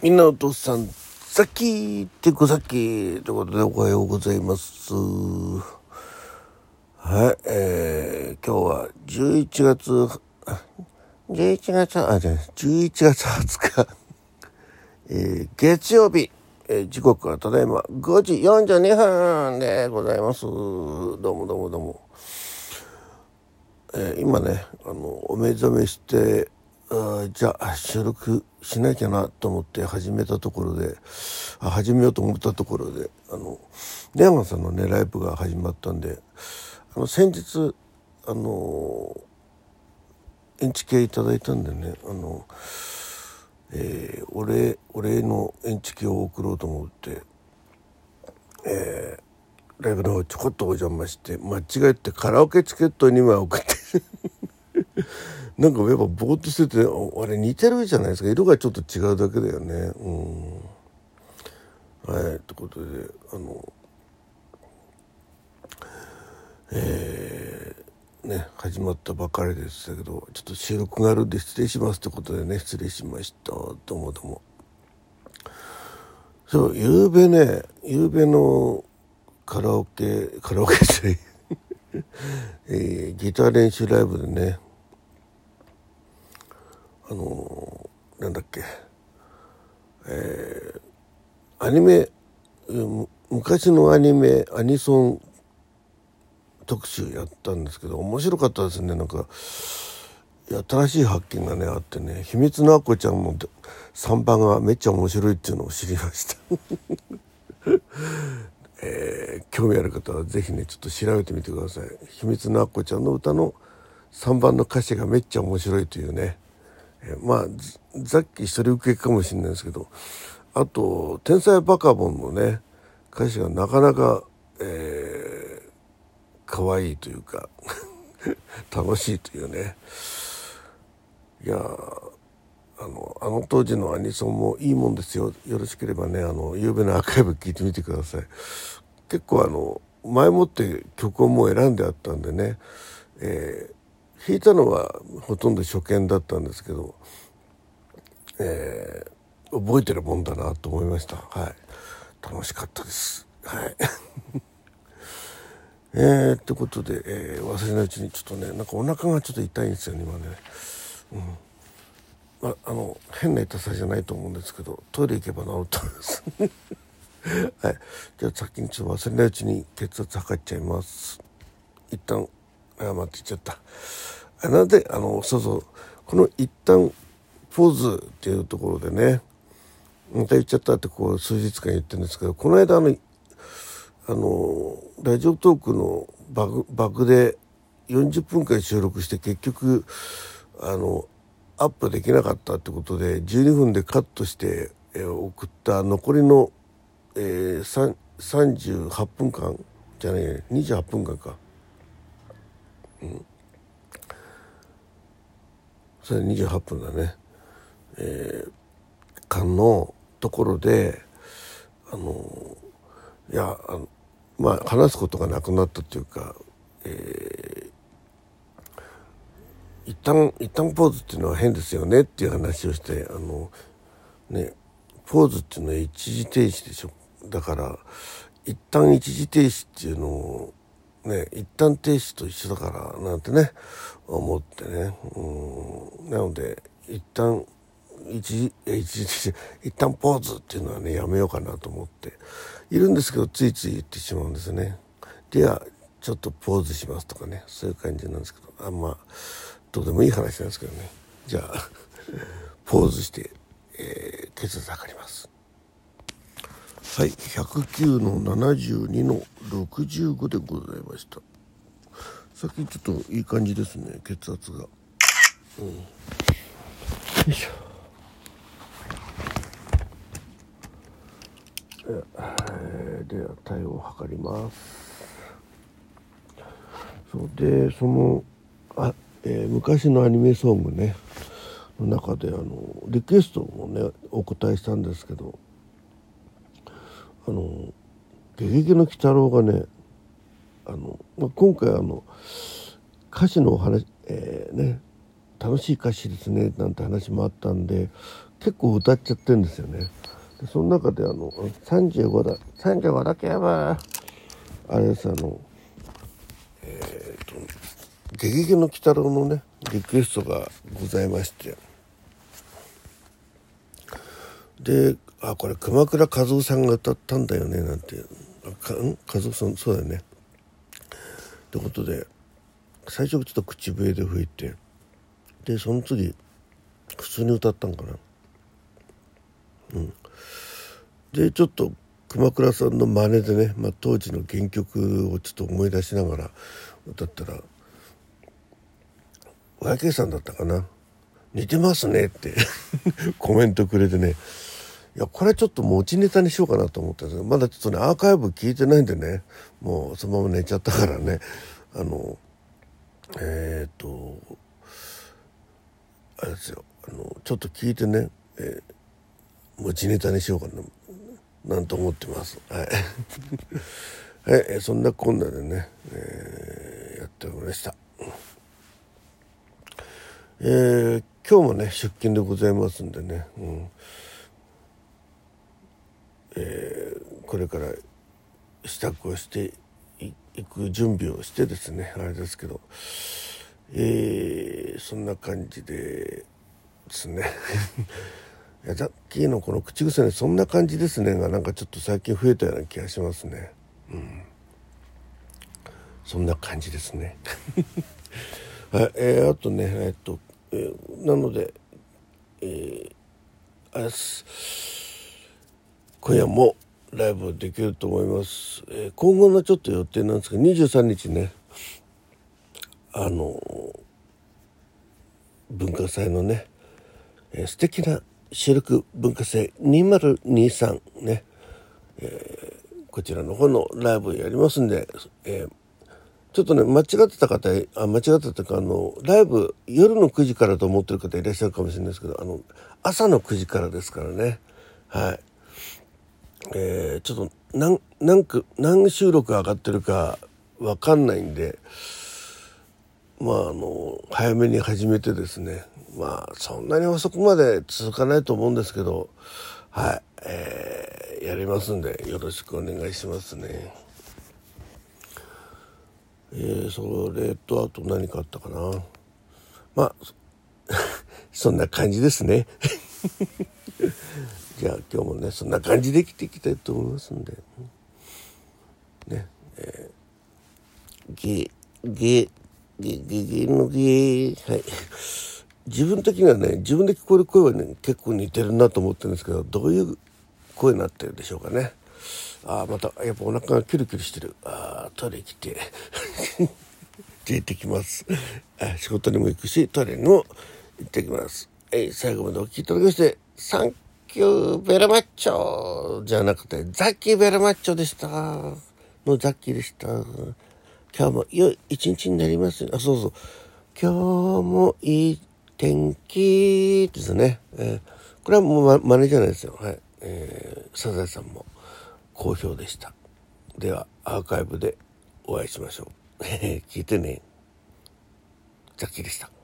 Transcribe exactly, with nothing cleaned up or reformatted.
みんなお父さんザッキーってこさっきということでおはようございます。はい、えー、今日はじゅういちがつじゅういちがつあじゃじゅういちがつはつか、えー、月曜日、えー、時刻はただいまごじよんじゅうにふんでございます。どうもどうもどうも、えー、今ねあのお目覚めしてあじゃあ収録しなきゃなと思って始めたところであ始めようと思ったところであのレアマンさんのねライブが始まったんで、あの先日あのエンチケいただいたんでね、あの、えー、お礼お礼のエンチケを送ろうと思って、えー、ライブの方ちょこっとお邪魔して間違えてカラオケチケットにまい送ってなんかやっぱぼーっとしててあれ似てるじゃないですか、色がちょっと違うだけだよね。うんはいということであのえー、ね始まったばかりでしたけど、ちょっと収録があるんで失礼しますってことでね失礼しました。どうもどうも。そうゆうべねゆうべのカラオケカラオケで、えー、ギター練習ライブでねあのー、なんだっけえー、アニメ昔のアニメアニソン特集やったんですけど面白かったですね。なんか新しい発見がねあってね、秘密のアッコちゃんのさんばんがめっちゃ面白いっていうのを知りました、えー、興味ある方はぜひねちょっと調べてみてください。秘密のアッコちゃんの歌のさんばんの歌詞がめっちゃ面白いというね、えー、まあさっき一人受けかもしれないですけど、あと天才バカボンのね歌詞がなかなか、えー、可愛いというか楽しいというね。いやあのあの当時のアニソンもいいもんですよ。よろしければねあの夕べのアーカイブ聞いてみてください。結構あの前もって曲をもう選んであったんでね、えー、弾いたのはほとんど初見だったんですけど、えー、覚えてるもんだなと思いました。はい楽しかったです。はいえーってことで、えー、忘れないうちにちょっとねなんかお腹がちょっと痛いんですよね今ね。うんまあ、あの変な痛さじゃないと思うんですけどトイレ行けば治ったんですはいじゃあ先にちょっと忘れないうちに血圧測っちゃいます。一旦謝って言っちゃった。あなのであのそうそうこの一旦ポーズっていうところでねまた言っちゃったってこう数日間言ってるんですけど、この間あのあのラジオトークのバグバグでよんじゅっぷんかん収録して結局あのアップできなかったってことでじゅうにふんでカットして、えー、送った残りの、えー、さんじゅうはっぷんかんじゃねえにじゅうはっぷんかんか、うん、それにじゅうはっぷんだね、えー、間のところであのいやあのまあ話すことがなくなったというか、えー、一旦一旦ポーズっていうのは変ですよねっていう話をして、あのねポーズっていうのは一時停止でしょ。だから一旦一時停止っていうのをね一旦停止と一緒だからなんてね思ってね、うんなので一旦一時一時一旦ポーズっていうのはねやめようかなと思っているんですけど、ついつい言ってしまうんですね。ではちょっとポーズしますとかね、そういう感じなんですけど、あんまどうでもいい話なんですけどね。じゃあポーズして、えー、血圧測ります。はい、ひゃくきゅうのななじゅうにのろくじゅうごでございました。さっきちょっといい感じですね血圧が、うん、よいしょ。えー、では体温を測ります。そうでそのあ、えー、昔のアニメソングねの中であのリクエストもねお答えしたんですけど、あのゲゲゲの鬼太郎がねあの、まあ、今回あの歌詞のお話、えー、ね楽しい歌詞ですねなんて話もあったんで結構歌っちゃってるんですよね。でその中であのさんじゅうごださんじゅうごだけはあれですあのえー、とゲゲゲの鬼太郎のねリクエストがございまして、であこれ熊倉和夫さんが歌ったんだよねなんてかん和夫さんそうだよねってことで最初ちょっと口笛で吹いてでその次普通に歌ったんかな。うんでちょっと熊倉さんの真似でね、まあ、当時の原曲をちょっと思い出しながら歌ったら ワイケー さんだったかな、似てますねってコメントくれてね、いやこれちょっと持ちネタにしようかなと思ったんですけど、まだちょっとねアーカイブ聞いてないんでね、もうそのまま寝ちゃったからね、あのえっ、ー、とあれですよ、あのちょっと聞いてね、えー、持ちネタにしようかななんと思ってます。はい、はい、そんなこんなでね、えー、やっておりました。えー、今日もね出勤でございますんでね、うんえー、これから支度をしていく準備をしてですね、あれですけど、えー、そんな感じでですねいやザッキーのこの口癖ね、そんな感じですねがなんかちょっと最近増えたような気がしますね。うん、そんな感じですね。はい、えー、あとね、えっと、えー、なので、えー、あれです今夜もライブできると思います。えー、今後のちょっと予定なんですけど、にじゅうさんにちね、あの文化祭のね、えー、素敵な収録文化祭にせんにじゅうさんね、えー、こちらの方のライブやりますんで、えー、ちょっとね間違ってた方あ間違ってたというかあのライブ夜のくじからと思ってる方いらっしゃるかもしれないですけど、あの朝のくじからですからね。はい、えー、ちょっと何何区何収録上がってるか分かんないんで、まああの早めに始めてですね、まあそんなに遅くまで続かないと思うんですけど、はい、えー、やりますんでよろしくお願いしますね。えー、それとあと何かあったかな、まあそんな感じですね。じゃあ今日もねそんな感じで生きていきたいと思いますんでね、えー、ゲゲゲゲゲのゲはい、自分的にはね自分で聞こえる声はね結構似てるなと思ってるんですけど、どういう声になってるでしょうかね。あまたやっぱお腹がキュルキュルしてる。あトイレ来て出てきます。あ仕事にも行くしトイレにも行ってきます。えー、最後までお聞きいただきましてサンキューベラマッチョじゃなくてザッキーベラマッチョでしたのザッキーでした。今日も良い一日になりますよ。あそうそう今日もいい天気ですね、えー、これはもうま真似じゃないですよ。はい、えー、サザエさんも好評でした。ではアーカイブでお会いしましょう。聞いてね。ザッキーでした。